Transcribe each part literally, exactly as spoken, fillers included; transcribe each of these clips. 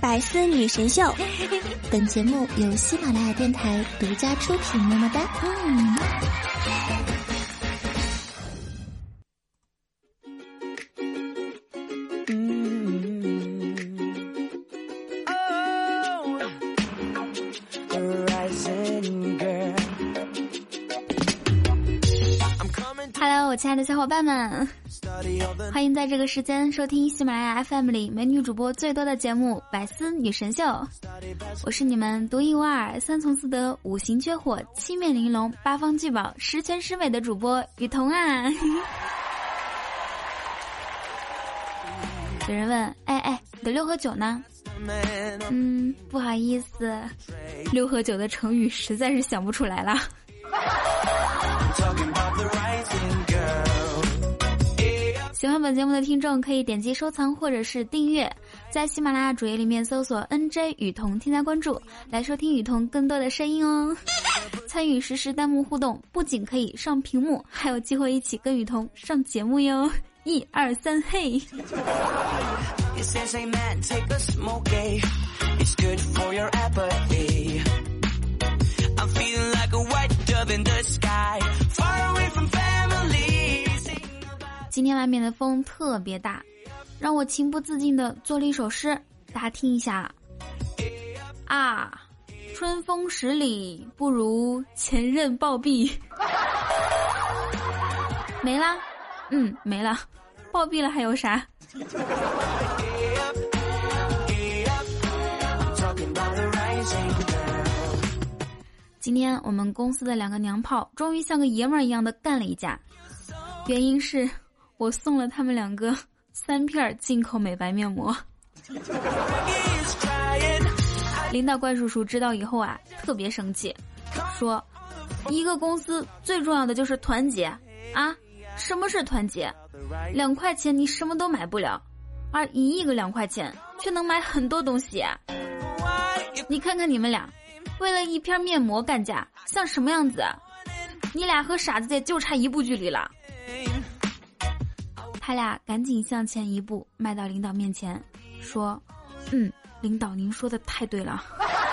百思女神秀。本节目由喜马拉雅电台独家出品，么么哒。嗯。 Hello， 我亲爱的小伙伴们，欢迎在这个时间收听喜马拉雅 F M 里美女主播最多的节目《百思女神秀》。我是你们独一无二、三从四德、五行缺火、七面玲珑、八方聚宝、十全十美的主播雨桐啊。有人问，哎哎，你的六和九呢？嗯，不好意思，六和九的成语实在是想不出来了。喜欢本节目的听众可以点击收藏或者是订阅，在喜马拉雅主页里面搜索 N J 雨桐添加关注，来收听雨桐更多的声音哦。参与实时弹幕互动，不仅可以上屏幕，还有机会一起跟雨桐上节目哟。一二三嘿。今天外面的风特别大，让我情不自禁地做了一首诗，大家听一下啊，春风十里不如前任暴毙。没啦，嗯，没了，暴毙了还有啥？今天我们公司的两个娘炮终于像个爷们儿一样的干了一架，原因是我送了他们两个三片进口美白面膜。领导怪叔叔知道以后啊，特别生气，说一个公司最重要的就是团结啊！什么是团结？两块钱你什么都买不了，而一亿个两块钱却能买很多东西啊！你看看你们俩，为了一片面膜干架，像什么样子啊？你俩和傻子姐就差一步距离了。他俩赶紧向前一步，迈到领导面前，说：“嗯，领导您说的太对了。”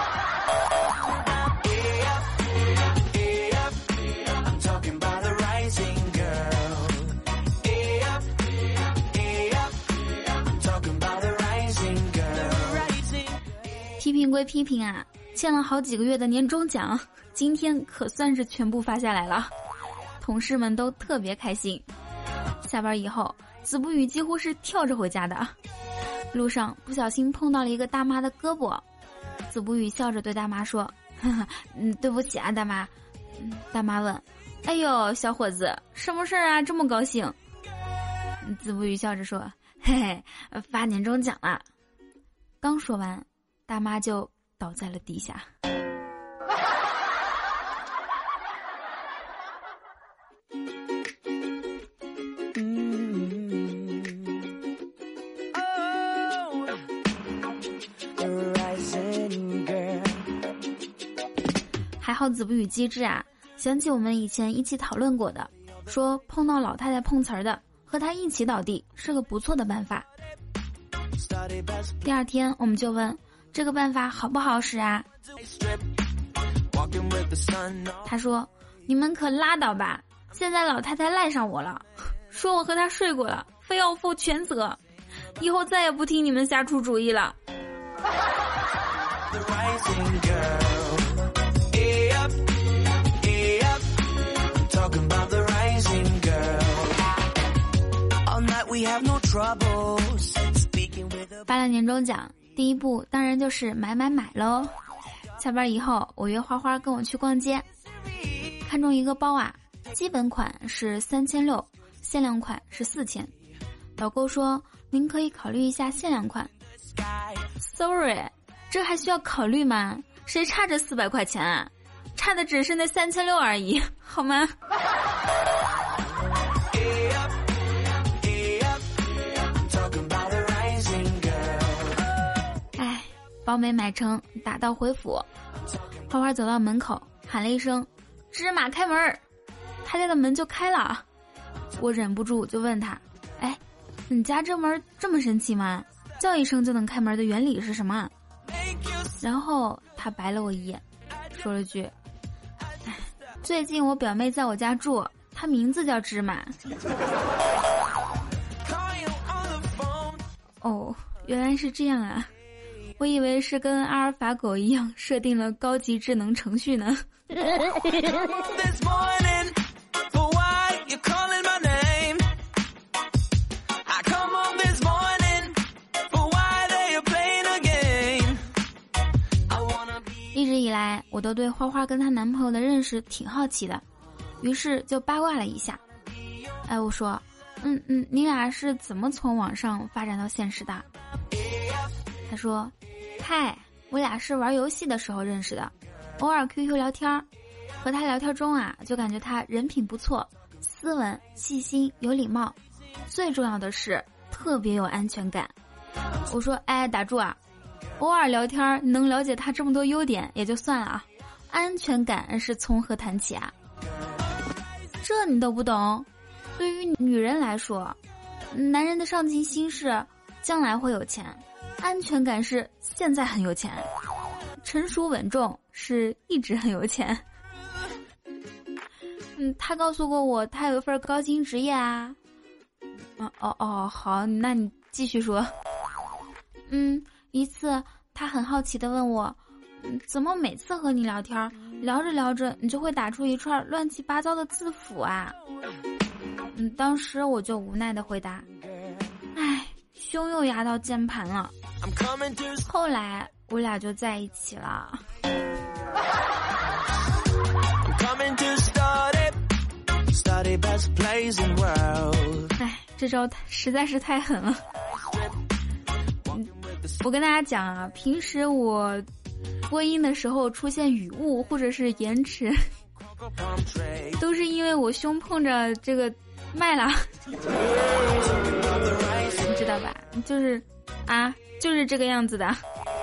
批评归批评啊，欠了好几个月的年终奖，今天可算是全部发下来了，同事们都特别开心。下班以后，子不语几乎是跳着回家的。路上不小心碰到了一个大妈的胳膊，子不语笑着对大妈说：“呵呵嗯，对不起啊，大妈。嗯”大妈问：“哎呦，小伙子，什么事儿啊？这么高兴？”子不语笑着说：“嘿嘿，发年终奖了。”刚说完，大妈就倒在了地下。还好子不语机智啊，想起我们以前一起讨论过的，说碰到老太太碰瓷儿的，和她一起倒地是个不错的办法。第二天我们就问这个办法好不好使啊？他说：“你们可拉倒吧，现在老太太赖上我了，说我和她睡过了，非要负全责，以后再也不听你们瞎出主意了。”发了年终奖，第一步当然就是买买买喽。下班以后，我约花花跟我去逛街，看中一个包啊，基本款是三千六，限量款是四千。导购说您可以考虑一下限量款。Sorry， 这还需要考虑吗？谁差这四百块钱啊？差的只是那三千六而已，好吗？哎，包没买成，打道回府。花花走到门口，喊了一声：“芝麻开门！”他家的门就开了。我忍不住就问他：“哎，你家这门这么神奇吗？叫一声就能开门的原理是什么？” 然后他白了我一眼，说了句：“哎，最近我表妹在我家住，她名字叫芝麻。”哦，原来是这样啊！我以为是跟阿尔法狗一样设定了高级智能程序呢。一直以来，我都对花花跟她男朋友的认识挺好奇的，于是就八卦了一下。哎，我说，嗯嗯，你俩是怎么从网上发展到现实的？他说，嗨，我俩是玩游戏的时候认识的，偶尔 Q Q 聊天，和他聊天中啊，就感觉他人品不错，斯文、细心、有礼貌，最重要的是特别有安全感。我说，哎，打住啊！偶尔聊天能了解他这么多优点也就算了啊，安全感是从何谈起啊？这你都不懂？对于女人来说，男人的上进心是将来会有钱，安全感是现在很有钱，成熟稳重是一直很有钱。嗯，他告诉过我他有一份高薪职业啊。啊哦哦，好，那你继续说。嗯。一次他很好奇地问我，嗯，怎么每次和你聊天聊着聊着你就会打出一串乱七八糟的字符啊？嗯，当时我就无奈地回答，唉，胸又压到键盘了。后来我俩就在一起了。唉，这招实在是太狠了。我跟大家讲啊，平时我播音的时候出现语误或者是延迟，都是因为我胸碰着这个麦了，你知道吧？就是啊，就是这个样子的。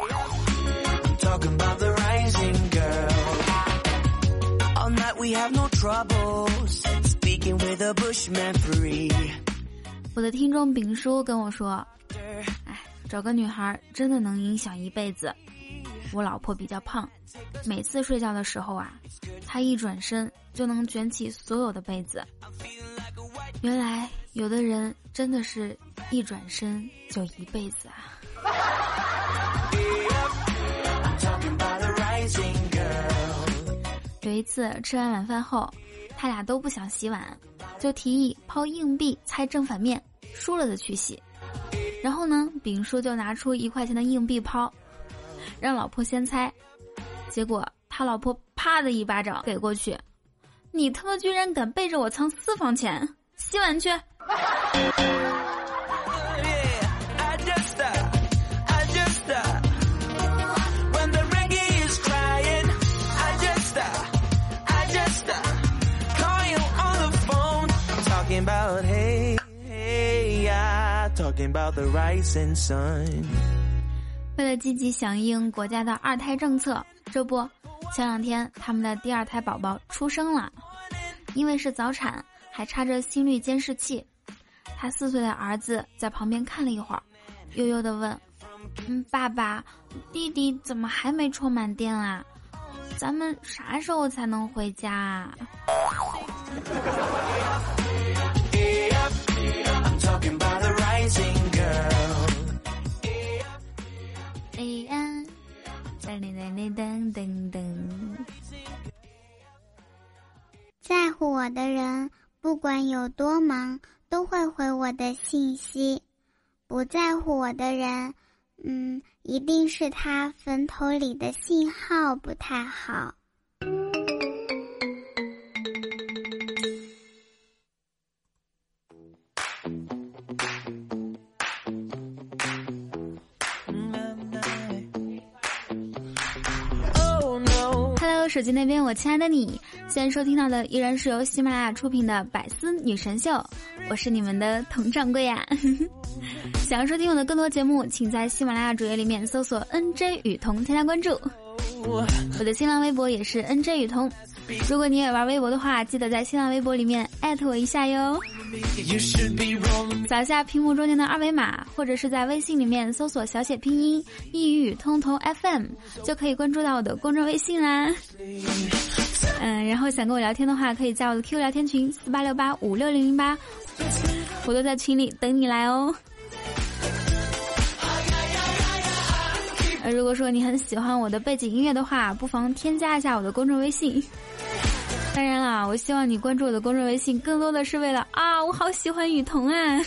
我的听众丙叔跟我说，哎，找个女孩真的能影响一辈子。我老婆比较胖，每次睡觉的时候啊，她一转身就能卷起所有的被子。原来有的人真的是一转身就一辈子啊。有一次吃完晚饭后，他俩都不想洗碗，就提议抛硬币猜正反面，输了的去洗。然后呢，丙叔就拿出一块钱的硬币抛，让老婆先猜。结果他老婆啪的一巴掌给过去，你他妈居然敢背着我藏私房钱，洗碗去。为了积极响应国家的二胎政策，这不，前两天他们的第二胎宝宝出生了。因为是早产，还插着心率监视器。他四岁的儿子在旁边看了一会儿，悠悠地问：嗯，爸爸，弟弟怎么还没充满电啊？咱们啥时候才能回家啊？哎呀，噔噔噔噔噔。 在乎我的人，不管有多忙，都会回我的信息。不在乎我的人，嗯，一定是他坟头里的信号不太好。 手机那边，我亲爱的你，现在收听到的依然是由喜马拉雅出品的百思女神秀，我是你们的佟掌柜呀。想要收听我的更多节目，请在喜马拉雅主页里面搜索 N J 雨桐添加关注，我的新浪微博也是 N J 雨桐。如果你也玩微博的话，记得在新浪微博里面艾特我一下哟。 扫下屏幕中间的二维码，或者是在微信里面搜索小写拼音一语通通 F M， 就可以关注到我的公众微信啦。嗯，然后想跟我聊天的话，可以加我的 Q Q 聊天群四八六八五六零零八，我都在群里等你来哦。呃，如果说你很喜欢我的背景音乐的话，不妨添加一下我的公众微信。当然啦，我希望你关注我的公众微信，更多的是为了啊，我好喜欢雨桐啊。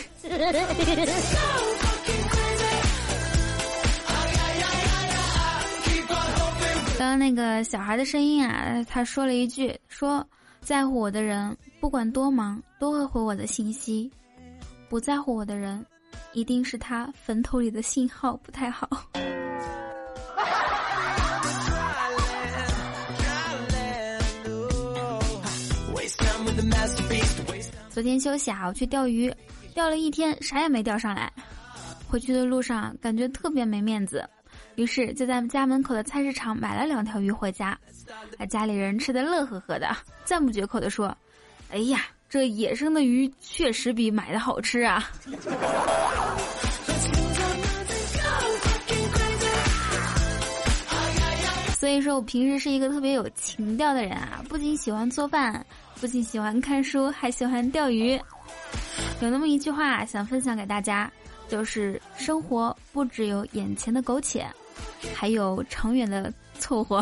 刚刚那个小孩的声音啊，他说了一句，说在乎我的人不管多忙都会回我的信息，不在乎我的人一定是他坟头里的信号不太好。昨天休息啊，我去钓鱼，钓了一天啥也没钓上来，回去的路上感觉特别没面子，于是就在家门口的菜市场买了两条鱼回家，家里人吃得乐呵呵的，赞不绝口的说，哎呀，这野生的鱼确实比买的好吃啊。所以说我平时是一个特别有情调的人啊，不仅喜欢做饭，不仅喜欢看书，还喜欢钓鱼。有那么一句话想分享给大家，就是生活不只有眼前的苟且，还有长远的凑合。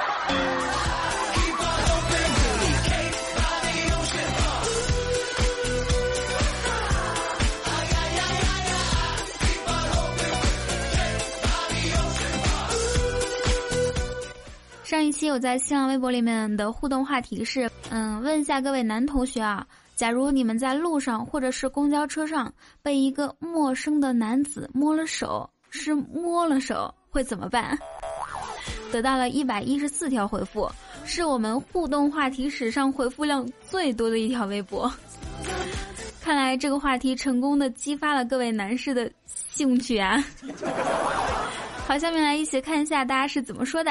上一期我在新浪微博里面的互动话题是，嗯，问一下各位男同学啊，假如你们在路上或者是公交车上被一个陌生的男子摸了手，是摸了手，会怎么办？得到了一百一十四条回复，是我们互动话题史上回复量最多的一条微博。看来这个话题成功的激发了各位男士的兴趣啊。好，下面来一起看一下大家是怎么说的。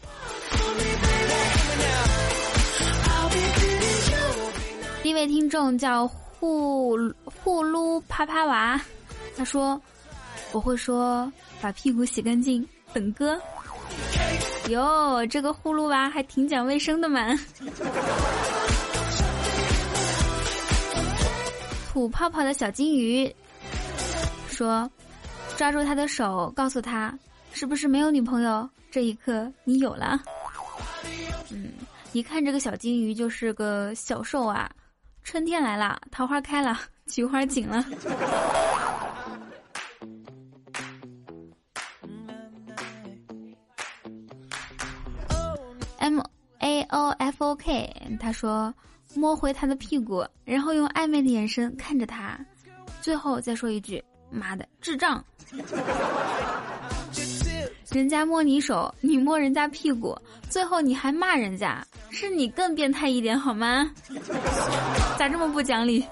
第一位听众叫呼呼噜啪啪娃，他说我会说把屁股洗干净等哥。哟，这个呼噜娃还挺讲卫生的嘛。吐泡泡的小金鱼说，抓住他的手告诉他，是不是没有女朋友，这一刻你有了。嗯，一看这个小金鱼就是个小兽啊，春天来了，桃花开了，菊花紧了。M A O F O K 他说，摸回他的屁股，然后用暧昧的眼神看着他，最后再说一句，妈的智障。人家摸你手，你摸人家屁股，最后你还骂人家，是你更变态一点好吗？咋这么不讲理？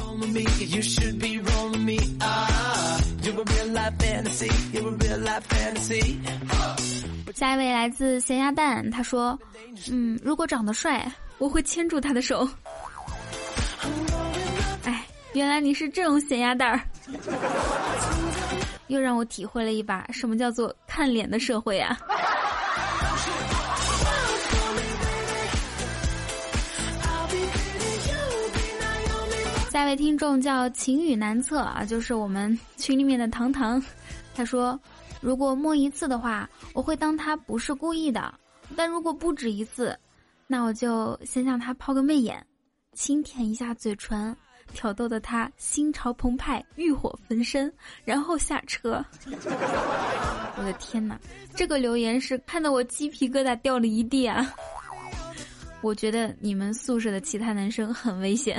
下一位来自咸鸭蛋，他说，嗯，如果长得帅，我会牵住他的手。哎，原来你是这种咸鸭蛋儿。又让我体会了一把什么叫做看脸的社会啊。下一位听众叫情雨难测啊，就是我们群里面的糖糖，他说，如果摸一次的话，我会当他不是故意的，但如果不止一次，那我就先向他抛个媚眼，轻舔一下嘴唇，挑逗的他心潮澎湃，欲火焚身，然后下车。我的天哪，这个留言是看得我鸡皮疙瘩掉了一地啊。我觉得你们宿舍的其他男生很危险。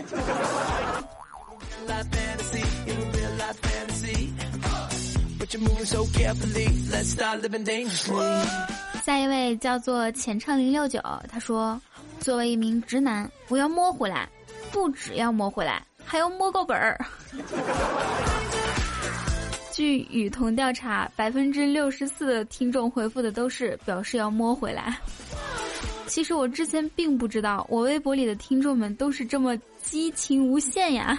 下一位叫做浅唱零六九，他说，作为一名直男，我要摸回来，不只要摸回来，还要摸够本儿。据雨桐调查，百分之六十四的听众回复的都是表示要摸回来。其实我之前并不知道，我微博里的听众们都是这么激情无限呀。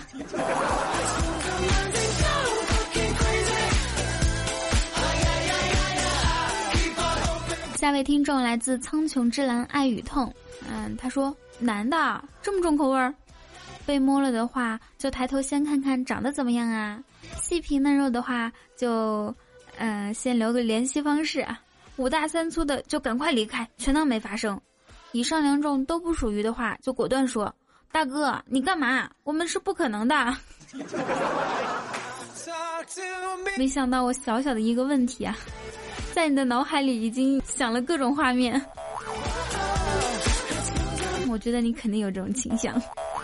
下位听众来自苍穹之蓝爱与痛，嗯，他说男的这么重口味儿，被摸了的话就抬头先看看长得怎么样啊，细皮嫩肉的话就嗯、呃、先留个联系方式啊，五大三粗的就赶快离开，全当没发生。以上两种都不属于的话就果断说，大哥你干嘛，我们是不可能的。没想到我小小的一个问题啊，在你的脑海里已经想了各种画面。我觉得你肯定有这种倾向。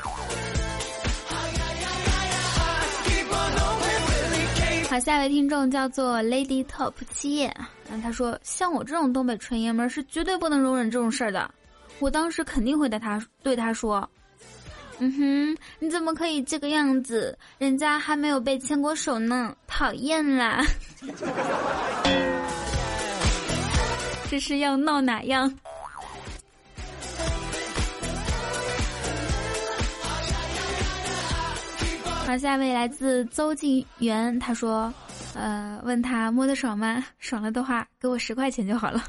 好，下位听众叫做 Lady Top 七叶，嗯，他说像我这种东北纯爷们是绝对不能容忍这种事儿的。我当时肯定会对他对他说，嗯哼，你怎么可以这个样子？人家还没有被牵过手呢，讨厌啦！这是要闹哪样？好，下位来自邹静源，他说，呃，问他摸得爽吗？爽了的话，给我十块钱就好了。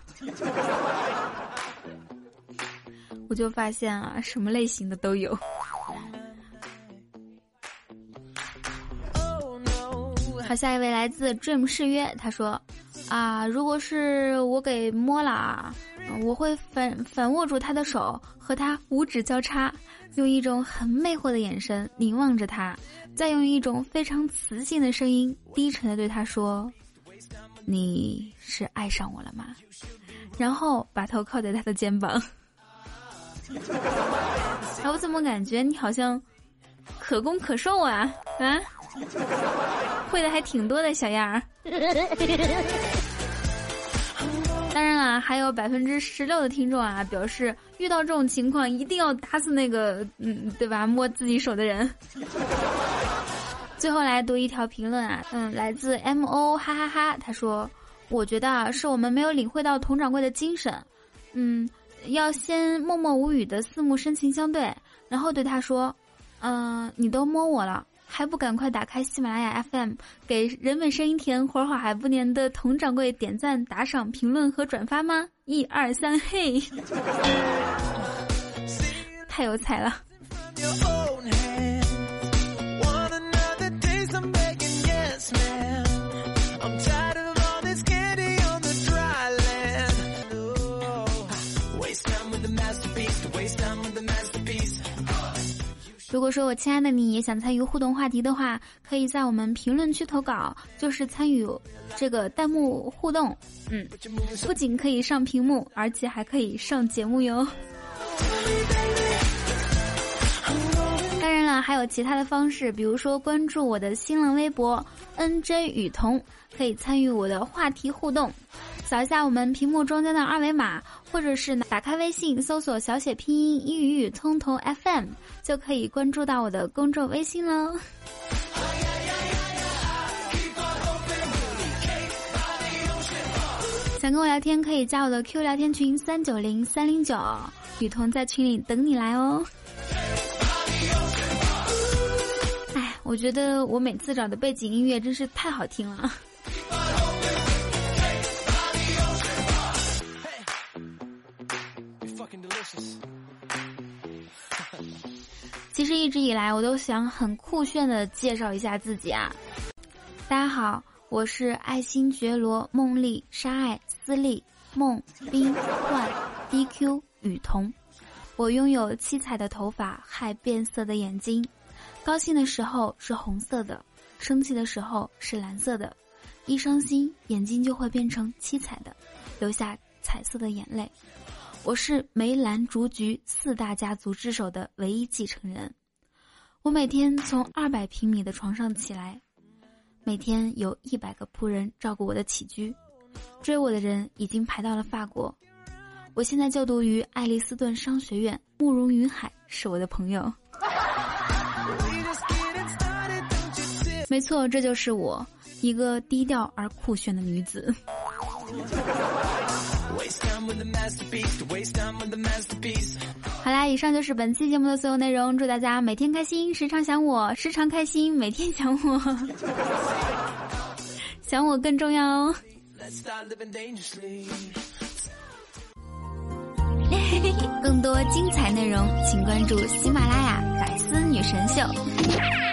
我就发现啊，什么类型的都有。好，下一位来自 Dream 誓约，他说，啊，如果是我给摸了，我会反反握住他的手，和他五指交叉，用一种很魅惑的眼神凝望着他，再用一种非常磁性的声音低沉地对他说，你是爱上我了吗？然后把头靠在他的肩膀。哎，我怎么感觉你好像可攻可受啊？啊，会的还挺多的小样儿。当然了，还有百分之十六的听众啊，表示遇到这种情况一定要打死那个，嗯，对吧？摸自己手的人。最后来读一条评论啊，嗯，来自 M O 哈哈哈，他说，我觉得啊，是我们没有领会到佟掌柜的精神，嗯。要先默默无语的四目深情相对，然后对他说，嗯、呃，你都摸我了，还不赶快打开喜马拉雅 F M， 给人美声音甜活好还不黏的佟掌柜点赞打赏评论和转发吗？一二三嘿。太有才了。如果说我亲爱的你也想参与互动话题的话，可以在我们评论区投稿，就是参与这个弹幕互动。嗯，不仅可以上屏幕，而且还可以上节目哟。当然了，还有其他的方式，比如说关注我的新浪微博 N J 雨桐，可以参与我的话题互动。扫一下我们屏幕中间的二维码，或者是打开微信搜索小写拼音一语语葱头 F M， 就可以关注到我的公众微信喽。想跟我聊天可以加我的 Q 聊天群三九零三零九，雨桐在群里等你来哦。哎，我觉得我每次找的背景音乐真是太好听了。其实一直以来我都想很酷炫的介绍一下自己啊。大家好，我是爱新觉罗梦丽沙爱思丽梦冰幻 D Q 雨桐。我拥有七彩的头发，还变色的眼睛，高兴的时候是红色的，生气的时候是蓝色的，一伤心眼睛就会变成七彩的，流下彩色的眼泪。我是梅兰竹菊四大家族之首的唯一继承人。我每天从二百平米的床上起来，每天有一百个仆人照顾我的起居，追我的人已经排到了法国。我现在就读于爱丽斯顿商学院，慕容云海是我的朋友。没错，这就是我，一个低调而酷炫的女子。 好啦，以上就是本期节目的所有内容，祝大家每天开心，时常想我，时常开心，每天想我，想我更重要哦。更多精彩内容请关注喜马拉雅百思女神秀。